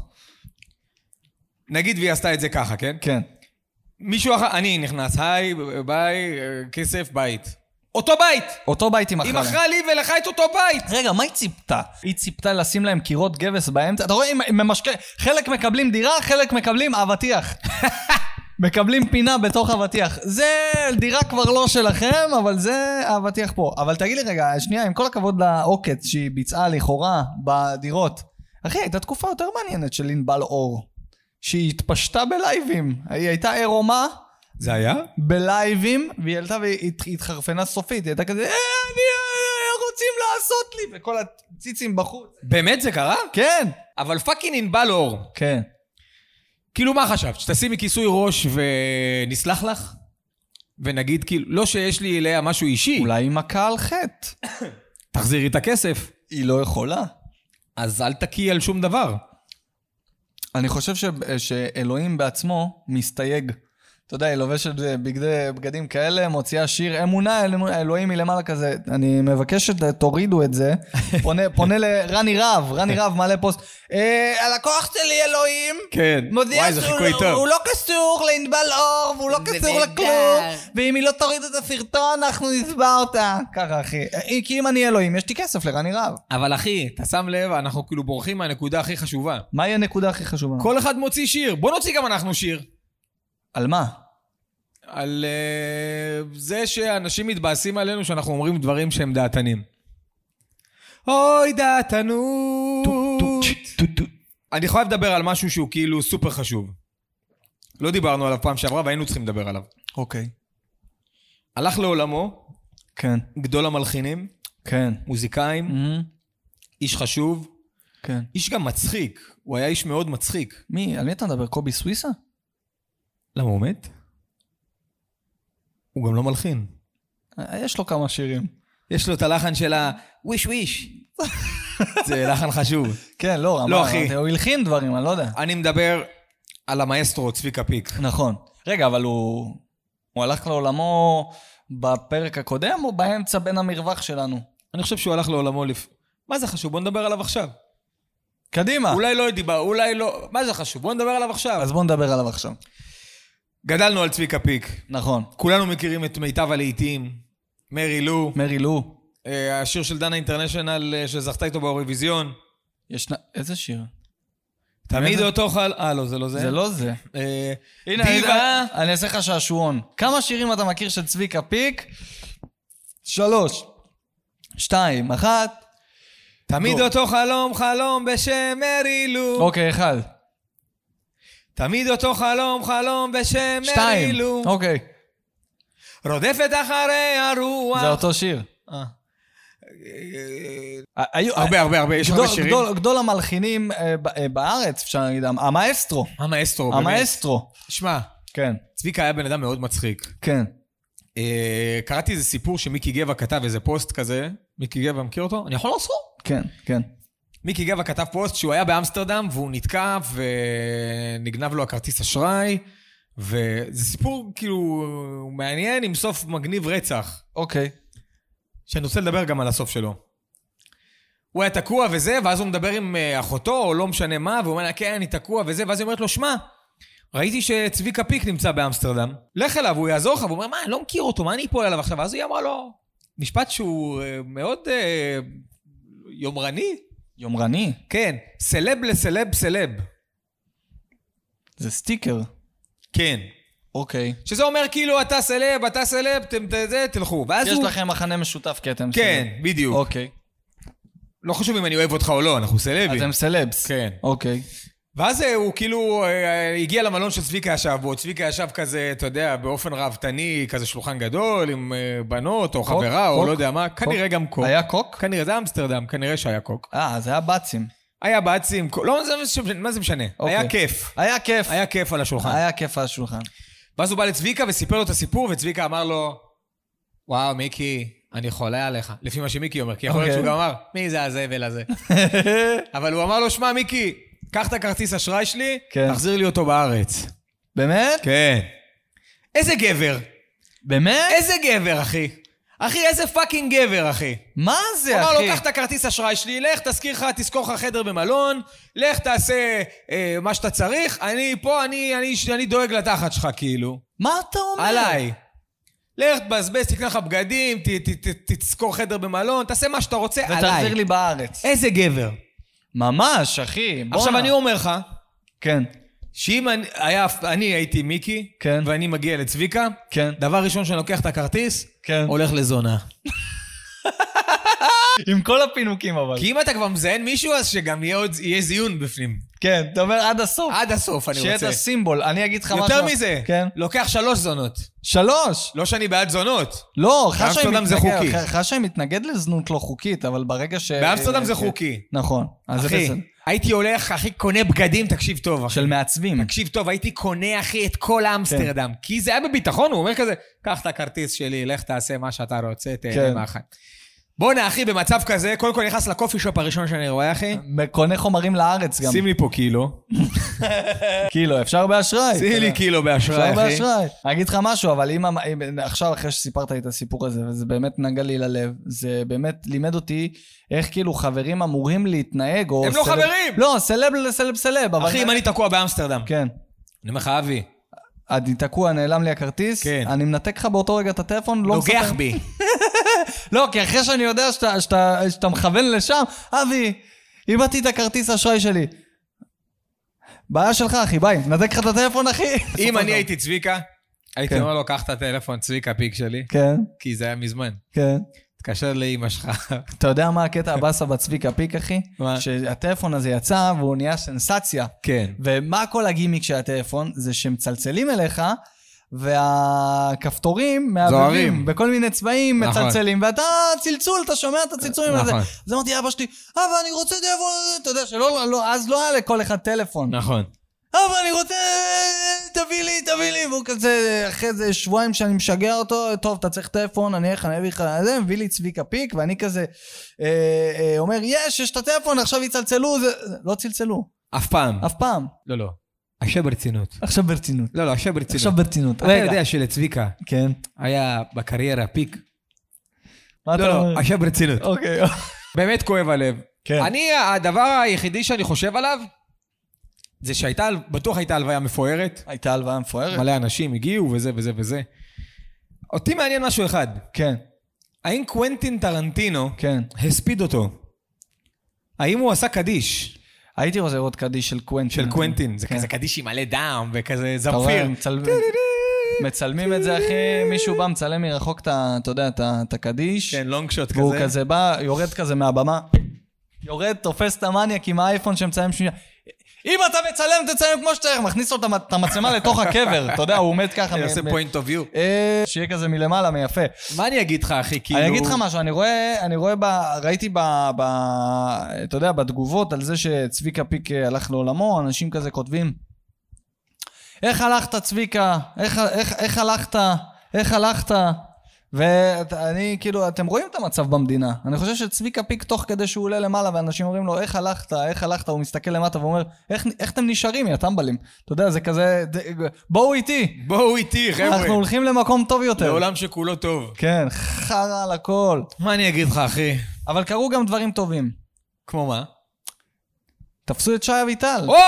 נגיד והיא עשתה את זה ככה, כן? כן. מישהו אחר, אני נכנס, היי, ביי, כסף, בית. אותו בית! אותו בית היא מכרה היא להם. מכרה לי ולך את אותו בית! רגע, מה היא ציפתה? היא ציפתה לשים להם קירות גבס באמצע? אתה רואה, הם ממשקה... חלק מקבלים דירה, חלק מקבלים אבטיח. מקבלים פינה בתוך אבטיח. זה דירה כבר לא שלכם, אבל זה אבטיח פה. אבל תגיד לי רגע, שנייה, עם כל הכבוד לעוקץ שהיא ביצעה לכאורה בדירות. אחי, הייתה תקופה יותר מעניינת של ענבל אור. שהיא התפשטה בלייבים. היא הייתה עירומה. זה היה? בלייבים, והיא ילתה והתחרפנה סופית. היא הייתה כזה, אה, אני רוצים לעשות לי, וכל הציצים בחוץ. באמת זה קרה? כן. אבל פאקינג ענבל אור. כן. כאילו מה חשבת? שתשימי כיסוי ראש ונסלח לך? ונגיד כאילו, לא שיש לי אליה משהו אישי. אולי היא מכה על חטא. תחזירי את הכסף. היא לא יכולה. אז אל תקי על שום דבר. אני חושב ש... שאלוהים בעצמו מסתייג. אתה יודע, היא לובשת בגדי, בגדים כאלה, מוציאה שיר אמונה, אלוהים מלמעלה כזה. אני מבקש שתורידו את זה. פונה, פונה לרני רב, רני רב מעלה פוסט. אה, הלקוח שלי אלוהים. כן. וואי, זה חיקוי טוב. הוא לא קשור לענבל אור, והוא לא קשור לכלום. ואם היא לא תוריד את הסרטון, אנחנו נסבר אותה. ככה, אחי. כי אם אני אלוהים, יש לי כסף לרני רב. אבל אחי, אתה שם לב, אנחנו כאילו בורחים מהנקודה הכי חשובה. מהי הנקודה הכי חשובה? כל אחד מוציא שיר. בוא נוציא גם אנחנו שיר. על מה? על uh, זה שאנשים מתבאסים עלינו שאנחנו אומרים דברים שהם דעתנים. אוי דעתנות. אני חייב לדבר על משהו שהוא כאילו סופר חשוב. לא דיברנו עליו פעם שעברה והיינו צריכים לדבר עליו. אוקיי. הלך לעולמו. כן. גדול המלחינים. כן. מוזיקאים. איש חשוב. כן. איש גם מצחיק. הוא היה איש מאוד מצחיק. מי? על מי אתה מדבר? קובי סוויסה? למה הוא מת? הוא גם לא מלחין. יש לו כמה שירים. יש לו את הלחן של הוויש וויש. זה לחן חשוב. כן, לא, לא אחי. הוא הלחין דברים, אני לא יודע. אני מדבר על המאסטרו, צביקה פיק. נכון. רגע, אבל הוא... הוא הלך לעולמו בפרק הקודם או באמצע בין המרווח שלנו? אני חושב שהוא הלך לעולמו לפ... מה זה חשוב? בוא נדבר עליו עכשיו. קדימה. אולי לא דיבר, אולי לא... מה זה חשוב? בוא נדבר עליו עכשיו. אז בוא נדבר עליו עכשיו. גדלנו על צביקה פיק. נכון. כולנו מכירים את מיטב הלהיטים. מרי לו. מרי לו. אה, השיר של דנה אינטרנשיונל אה, שזכתה איתו באירוויזיון. ישנה... איזה שיר? תמיד אותו חל... אה, לא, זה לא זה. זה לא זה. אה, הנה, דיבה. אני, אני אעשה לך שעשועון. כמה שירים אתה מכיר של צביקה פיק? שלוש. שתיים. אחת. תמיד דו. אותו חלום, חלום בשם מרי לו. אוקיי, אחד. תמיד אותו חלום, חלום בשם מרי שתיים. לו. אוקיי. רודפת אחרי הרוח. זה אותו שיר. אה. היו... הרבה, הרבה, הרבה. יש הרבה שירים. גדול, גדול המלחינים אה, ב- אה, בארץ, אפשר להגיד, המאסטרו. המאסטרו, באמת. המאסטרו. שמע, כן. צביקה היה בן אדם מאוד מצחיק. כן. אה, קראתי איזה סיפור שמיקי גבע כתב, איזה פוסט כזה. מיקי גבע, מכיר אותו? אני יכול לעשות? כן, כן. מיקי גבע כתב פוסט שהוא היה באמסטרדם, והוא נתקע ונגנב לו הכרטיס אשראי, וזה סיפור כאילו מעניין עם סוף מגניב רצח. אוקיי. שאני רוצה לדבר גם על הסוף שלו. הוא היה תקוע וזה, ואז הוא מדבר עם אחותו, או לא משנה מה, והוא אומר לה, כן, אני תקוע וזה, ואז היא אומרת לו, שמה, ראיתי שצביקה פיק נמצא באמסטרדם, לך אליו, הוא יעזור לך, והוא אומר, מה, אני לא מכיר אותו, מה אני אפול עליו עכשיו? ואז היא אמרה לו, משפט שהוא מאוד אה, יומרני. יומרני? כן, סלב לסלב סלב. זה סטיקר. כן. אוקיי. שזה אומר כאילו, אתה סלב, אתה סלב, אתם זה, תלכו. יש הוא... לכם מחנה משותף כי אתם כן, סלב. בדיוק. אוקיי. לא חשוב אם אני אוהב אותך או לא, אנחנו סלבים. אתם סלבס. כן. אוקיי. ואז הוא כאילו הגיע למלון של צביקה ישב בו, צביקה ישב כזה, אתה יודע, באופן רהבתני, כזה שולחן גדול, עם בנות או חברה או לא יודע מה, כנראה גם קוק. היה קוק? כנראה, זה אמסטרדם, כנראה שהיה קוק. אה, זה היה בצים. היה בצים, לא, מה זה משנה? היה כיף. היה כיף. היה כיף על השולחן. היה כיף על השולחן. ואז הוא בא לצביקה וסיפר לו את הסיפור, וצביקה אמר לו, וואו, מיקי, אני חולה עליך. לפי מה שמיקי אומר, כי יכול להיות שהוא גם אמר, מי זה הזבל הזה? אבל הוא אמר לו, שמע, מיקי, קח את הכרטיס אשראי שלי, תחזיר לי אותו בארץ. באמת? כן. איזה גבר. באמת? איזה גבר, אחי. אחי, איזה פאקינג גבר, אחי. מה זה, אחי? אמר לו, קח את הכרטיס אשראי שלי, לך, תזכיר לך, תזכור לך חדר במלון, לך, תעשה אה, מה שאתה צריך, אני פה, אני, אני, אני דואג לתחת שלך, כאילו. מה אתה אומר? עליי. לך, תבזבז, תקנה לך בגדים, ת, ת, ת, תזכור חדר במלון, תעשה מה שאתה רוצה, עליי. ותחזיר לי בארץ. איזה גבר. ממש, אחי. בוא עכשיו, נע. אני אומר לך, כן. שאם אני, היה, אני הייתי מיקי, כן. ואני מגיע לצביקה, כן. דבר ראשון שאני לוקח את הכרטיס, כן. הולך לזונה. עם כל הפינוקים אבל. כי אם אתה כבר מזיין מישהו, אז שגם יהיה, עוד, יהיה זיון בפנים. כן, אתה אומר עד הסוף. עד הסוף, אני רוצה. שיהיה את הסימבול, אני אגיד לך משהו. יותר מזה, כן. לוקח שלוש זונות. שלוש? לא שאני בעד זונות. לא, באמסטרדם זה חוקי. חשאי מתנגד לזנות לא חוקית, אבל ברגע ש... באמסטרדם זה חוקי. נכון. אחי, הייתי הולך, אחי, קונה בגדים, תקשיב טוב, אחי. של מעצבים. תקשיב טוב, הייתי קונה, אחי, את כל אמסטרדם. כי זה היה בביטחון, הוא אומר כזה, קח את הכרטיס שלי, לך תעשה מה שאתה רוצה, תהנה מהחיים. בוא'נה, אחי, במצב כזה, קודם כל נכנס לקופי שופ הראשון שאני רואה, אחי. קונה חומרים לארץ גם. שים לי פה קילו. קילו, אפשר באשראי. שים לי קילו באשראי, אחי. אפשר באשראי. אני אגיד לך משהו, אבל אם עכשיו, אחרי שסיפרת לי את הסיפור הזה, וזה באמת נגע לי ללב, זה באמת לימד אותי איך כאילו חברים אמורים להתנהג, הם לא חברים! לא, סלב לסלב סלב. אחי, אם אני תקוע באמסטרדם. כן. אני אומר לך, אבי. אני תקוע, נעלם לי הכרטיס, כן. אני מנתק לך באותו רגע את הטלפון, לא מספר. נוגח בי. לא, כי אחרי שאני יודע שאתה, שאתה, שאתה מכוון לשם, אבי, איבדתי את הכרטיס האשראי שלי. בעיה שלך, אחי, ביי, נתק לך את הטלפון, אחי. אם אני הייתי צביקה, הייתי אומר לו, קח את הטלפון, צביקה פיק שלי. כן. כי זה היה מזמן. כן. תקשר לאמא שלך. אתה יודע מה הקטע הבאסה בצביקה פיק, אחי? מה? שהטלפון הזה יצא והוא נהיה סנסציה. כן. ומה כל הגימיק של הטלפון? זה שמצלצלים אליך, והכפתורים מעבבים בכל מיני צבעים מצלצלים, ואתה צלצול, אתה שומע את הצלצולים הזה. אז אמרתי, אבא שלי, אבא, אני רוצה טלפון, אתה יודע שלא, אז לא היה לכל אחד טלפון. נכון. אבא, אני רוצה, תביא לי, תביא לי, והוא כזה, אחרי זה שבועיים שאני משגע אותו, טוב, אתה צריך טלפון, אני איך, אני אביא לך, זה, מביא לי צביקה פיק, ואני כזה, אומר, יש, יש את הטלפון, עכשיו יצלצלו, זה, לא צלצלו. אף פעם. אף פעם. לא, לא. עכשיו ברצינות. עכשיו ברצינות. לא, לא, עכשיו ברצינות. עכשיו ברצינות. אתה יודע שלצביקה כן. היה בקריירה פיק. מה אתה לא, אומר? לא, עכשיו ברצינות. אוקיי. באמת כואב הלב. כן. אני, הדבר היחידי שאני חושב עליו, זה שהייתה, בטוח הייתה הלוויה מפוארת. הייתה הלוויה מפוארת. מלא אנשים הגיעו וזה וזה וזה. אותי מעניין משהו אחד. כן. האם קוונטין טרנטינו כן. הספיד אותו? האם הוא עשה קדיש? הייתי רוצה לראות קדיש של קוונטין. של קוונטין. זה כזה קדיש עם מלא דם וכזה זמפיר. מצלמים את זה, אחי, מישהו בא מצלם מרחוק, אתה יודע, את הקדיש. כן, לונג שוט כזה. והוא כזה בא, יורד כזה מהבמה. יורד, תופס את המניאק עם האייפון שמצלם שנייה. אם אתה מצלם, תצלם כמו שצריך, מכניס לו את המצלמה לתוך הקבר, אתה יודע, הוא עומד ככה. אני עושה point of view. שיהיה כזה מלמעלה, מיפה. מה אני אגיד לך, אחי, כאילו... אני אגיד לך משהו, אני רואה, אני רואה, ראיתי ב... אתה יודע, בתגובות על זה שצביקה פיק הלך לעולמו, אנשים כזה כותבים, איך הלכת צביקה? איך הלכת? איך הלכת? ואני, כאילו, אתם רואים את המצב במדינה. אני חושב שצביקה פיק תוך כדי שהוא עולה למעלה, ואנשים אומרים לו, איך הלכת? איך הלכת? הוא מסתכל למטה ואומר, איך, איך אתם נשארים, יא טמבלים? אתה יודע, זה כזה, בואו איתי. בואו איתי, חבר'ה. אנחנו הולכים למקום טוב יותר. לעולם שכולו טוב. כן, חרה על הכל. מה אני אגיד לך, אחי? אבל קרו גם דברים טובים. כמו מה? תפסו את שי אביטל. או!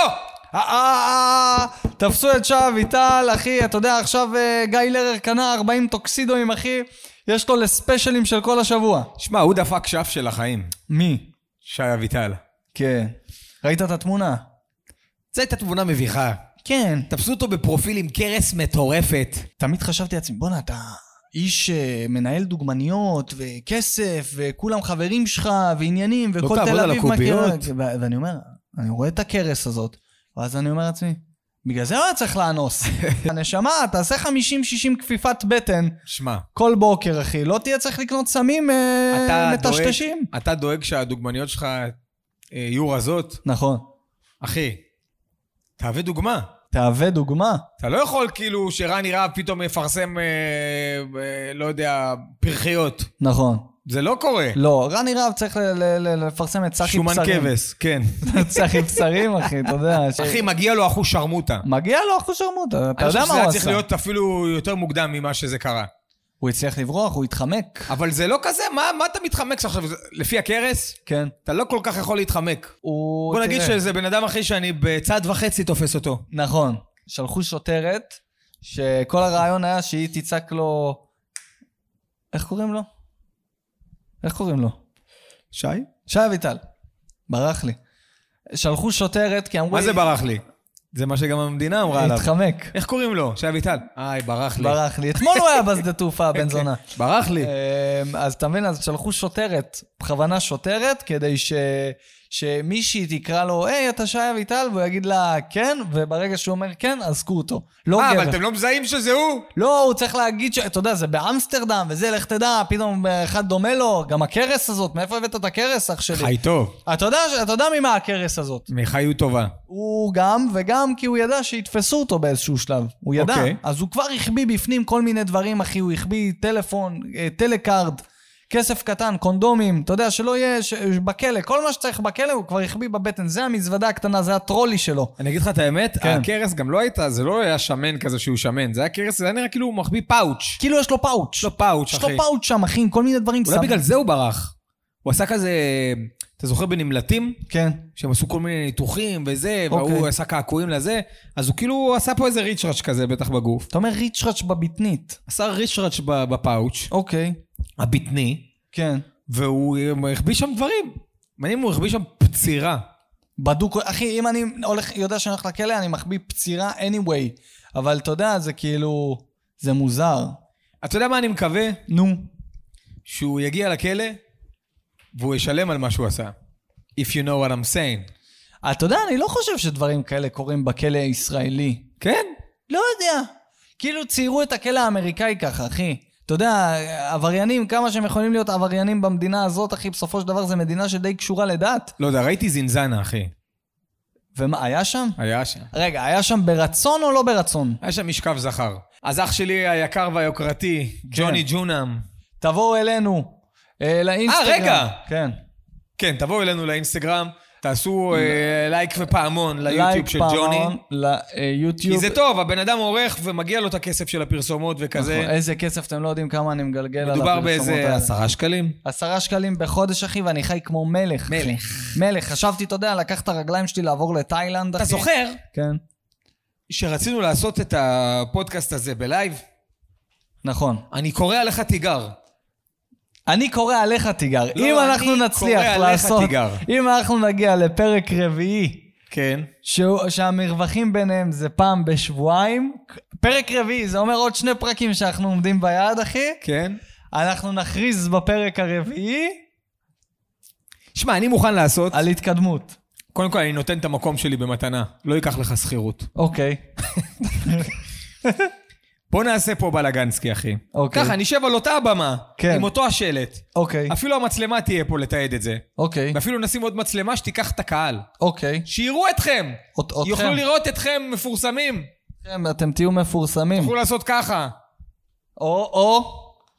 תפסו את שי אביטל, אחי, אתה יודע, עכשיו גיא לרר קנה ארבעים טוקסידואים, אחי, יש לו לספיישלים של כל השבוע. שמע, הוא דפק שף של החיים. מי? שי אביטל. כן. ראית את התמונה? זו הייתה תמונה מביכה. כן. תפסו אותו בפרופיל עם קרס מטורפת. תמיד חשבתי לעצמי, בוא נה, אתה איש מנהל דוגמניות וכסף, וכולם חברים שלך ועניינים, וכל תל אביב מכיר. ואני אומר, אני רואה את הקרס הזאת, ואז אני אומר לעצמי, בגלל זה לא צריך לאנוס. הנשמה, תעשה חמישים שישים כפיפת בטן. שמה. כל בוקר, אחי. לא תהיה צריך לקנות סמים מטשטשים. אתה דואג שהדוגמניות שלך יהיו רזות? נכון. אחי, תהווה דוגמה. תהווה דוגמה. אתה לא יכול כאילו שרני רהב פתאום מפרסם, אה, אה, לא יודע, פרחיות. נכון. זה לא קורה. לא, רני רהב צריך ל- ל- ל- לפרסם את צחי פסרים. שומן כבש, כן. צחי פסרים, אחי, אתה יודע. ש... אחי, מגיע לו אחוז שרמוטה. מגיע לו אחוז שרמוטה, אתה יודע מה הוא עשה. אני חושב שזה צריך להיות אפילו יותר מוקדם ממה שזה קרה. הוא הצליח לברוח, הוא התחמק. אבל זה לא כזה, מה, מה אתה מתחמק עכשיו? לפי הקרס? כן. אתה לא כל כך יכול להתחמק. הוא... בוא נגיד שזה בן אדם אחי שאני בצד וחצי תופס אותו. נכון. שלחו שוטרת, שכל הרעיון היה שהיא תצעק לו... איך קוראים לו? איך קוראים לו? שי? שי אביטל. ברח לי. שלחו שוטרת כי אמרו... מה זה ברח לי? זה מה שגם המדינה אמרה עליו. התחמק. איך קוראים לו? שי אביטל. איי, ברח לי. ברח לי. אתמול הוא היה בשדה תעופה, בן זונה. ברח לי. אז תבין, אז שלחו שוטרת, בכוונה שוטרת, כדי ש... שמישהי תקרא לו, היי, אתה שי אביטל, והוא יגיד לה, כן, וברגע שהוא אומר כן, עזקו אותו. לא גבר. אה, אבל אתם לא מזהים שזה הוא? לא, הוא צריך להגיד, ש... אתה יודע, זה באמסטרדם, וזה, לך תדע, פתאום אחד דומה לו, גם הקרס הזאת, מאיפה הבאת את הקרס, אח שלי? חי טוב. אתה יודע, אתה יודע ממה הקרס הזאת? מחיו טובה. הוא גם, וגם כי הוא ידע שיתפסו אותו באיזשהו שלב. הוא ידע. אוקיי. אז הוא כבר הכביא בפנים כל מיני דברים, אחי, הוא הכביא טלפון, טלקארד, כסף קטן, קונדומים, אתה יודע, שלא יהיה ש... בכלא, כל מה שצריך בכלא הוא כבר הכביא בבטן, זה המזוודה הקטנה, זה הטרולי שלו. אני אגיד לך את האמת, כן. הקרס גם לא הייתה, זה לא היה שמן כזה שהוא שמן, זה היה קרס, זה היה נראה כאילו הוא מחביא פאוץ'. כאילו יש לו פאוץ'. יש לו פאוץ', יש אחי. לו פאוץ' שם, אחי, עם כל מיני דברים. אולי בגלל זה הוא ברח. הוא עשה כזה, אתה זוכר בנמלטים? כן. שהם עשו כל מיני ניתוחים וזה, אוקיי. והוא עשה קעקועים לזה, אז הוא כאילו עשה פה איזה ריצ'רץ' כזה בטח בגוף. אתה אומר ריצ'רץ' בבטנית. עשה ריצ'רץ' בפאוץ', אוקיי. הבטני, כן. והוא החביא שם דברים. מעניין אם הוא החביא שם פצירה. בדוק, אחי, אם אני הולך, יודע שאני הולך לכלא, אני מחביא פצירה anyway. אבל אתה יודע, זה כאילו, זה מוזר. אתה יודע מה אני מקווה? נו. שהוא יגיע לכלא, והוא ישלם על מה שהוא עשה. If you know what I'm saying. אתה יודע, אני לא חושב שדברים כאלה קורים בכלא הישראלי. כן? לא יודע. כאילו ציירו את הכלא האמריקאי ככה, אחי. אתה יודע, עבריינים, כמה שהם יכולים להיות עבריינים במדינה הזאת, אחי, בסופו של דבר זה מדינה שדי קשורה לדת. לא יודע, ראיתי זינזנה, אחי. ומה, היה שם? היה שם. רגע, היה שם ברצון או לא ברצון? היה שם משכב זכר. אז אח שלי היקר והיוקרתי, ג'וני ג'ונם. תבואו אלינו, אה, לאינסטגרם. אה, רגע! כן. כן, תבואו אלינו לאינסטגרם, תעשו אה, לייק ופעמון ליוטיוב של ג'וני. לייק פעמון ליוטיוב. כי זה טוב, הבן אדם עורך ומגיע לו את הכסף של הפרסומות וכזה. נכון, איזה כסף, אתם לא יודעים כמה אני מגלגל על הפרסומות מדובר באיזה עשרה שקלים. עשרה שקלים בחודש, אחי, ואני חי כמו מלך. מלך. מלך. חשבתי, אתה יודע, לקח את הרגליים שלי לעבור לתאילנד, אחי. אתה זוכר? כן. שרצינו לעשות את הפודקאסט הזה בלייב? נכון. אני קורא עליך תיגר. אני קורא עליך תיגר. לא, אם אני אנחנו נצליח קורא עליך לעשות, תיגר. אם אנחנו נגיע לפרק רביעי, כן. שהוא, שהמרווחים ביניהם זה פעם בשבועיים, פרק רביעי, זה אומר עוד שני פרקים שאנחנו עומדים ביד, אחי. כן. אנחנו נכריז בפרק הרביעי שמע, אני מוכן לעשות. על התקדמות. קודם כל, אני נותן את המקום שלי במתנה. לא ייקח לך שכירות. אוקיי. בוא נעשה פה בלגנסקי, אחי. אוקיי. ככה, נשב על אותה הבמה. כן. עם אותו השלט. אוקיי. אפילו המצלמה תהיה פה לתעד את זה. אוקיי. ואפילו נשים עוד מצלמה שתיקח את הקהל. אוקיי. שיראו אתכם. אות- אתכם. יוכלו לראות אתכם מפורסמים. אתם- אתם תהיו מפורסמים. יוכלו לעשות ככה. או, או.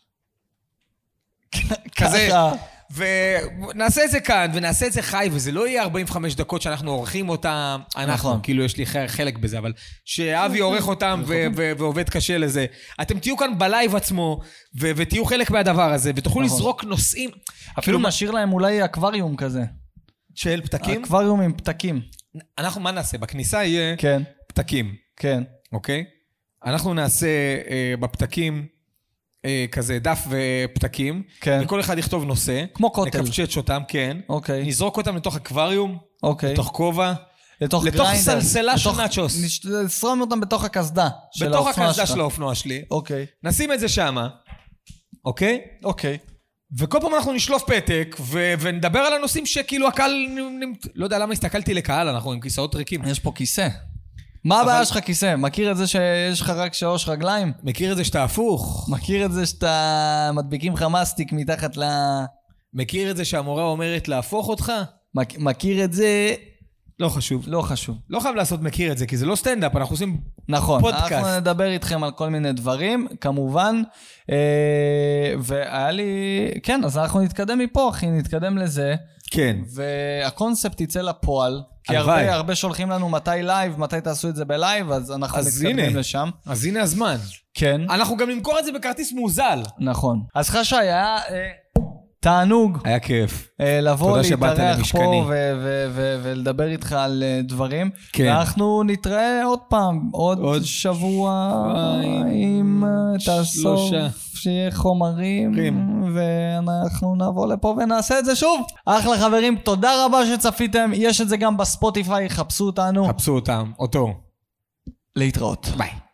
כזה. ככה. ונעשה את זה כאן, ונעשה את זה חי, וזה לא יהיה ארבעים וחמש דקות שאנחנו עורכים אותם, אנחנו, נכון. כאילו יש לי חלק בזה, אבל שאבי עורך אותם ו- ו- ועובד קשה לזה. אתם תהיו כאן בלייב עצמו, ו- ותהיו חלק מהדבר הזה, ותוכלו נכון. לזרוק נושאים. אפילו כאילו, נשאיר להם אולי אקווריום כזה. של פתקים? אקווריום עם פתקים. אנחנו מה נעשה? בכניסה יהיה כן, פתקים, כן. אוקיי? אנחנו נעשה אה, בפתקים אה, כזה דף ופתקים, כן. וכל אחד יכתוב נושא. כמו כותל. נקפצ'ץ' אותם, כן. אוקיי. נזרוק אותם לתוך אקווריום, אוקיי. לתוך כובע, לתוך לתוך גריינדר. סלסלה של לתוך- נאצ'וס. נש- לשרום אותם בתוך הקסדה. של בתוך האופנוע הקסדה שלך. של האופנוע שלי. אוקיי. נשים את זה שמה, אוקיי? אוקיי. וכל פעם אנחנו נשלוף פתק, ו- ונדבר על הנושאים שכאילו הקהל... נ- לא יודע למה הסתכלתי לקהל, אנחנו עם כיסאות ריקים. יש פה כיסא. מה הבעיה שלך כיסא? מכיר את זה שיש לך רק שלוש רגליים? מכיר את זה שאתה הפוך? מכיר את זה שאתה מדביקים לך מסטיק מתחת ל... מכיר את זה שהמורה אומרת להפוך אותך? מכ- מכיר את זה... לא חשוב. לא חשוב. לא חייב לעשות מכיר את זה, כי זה לא סטנדאפ, אנחנו עושים... נכון. פודקאסט. אנחנו נדבר איתכם על כל מיני דברים, כמובן. אה, והיה לי... כן, אז אנחנו נתקדם מפה, אחי, נתקדם לזה. כן. והקונספט יצא לפועל. כי הלוואי. הרבה, הרבה שולחים לנו מתי לייב, מתי תעשו את זה בלייב, אז אנחנו אז מתקדמים הנה. לשם. אז הנה הזמן. כן, אנחנו גם נמכור את זה בכרטיס מוזל. נכון. אז חשי, היה אה, תענוג היה כיף. אה, לבוא, תודה שבאת להתארח למשכני. פה ו- ו- ו- ולדבר איתך על אה, דברים. כן. ואנחנו נתראה עוד פעם, עוד, עוד שבוע, שבועיים, עם תאסוף, שלושה. שיהיה חומרים, חומרים. ואנחנו נבוא לפה ונעשה את זה שוב. אחלה חברים, תודה רבה שצפיתם, יש את זה גם בספוטיפיי, חפשו אותנו. חפשו אותם, אותו. להתראות. ביי.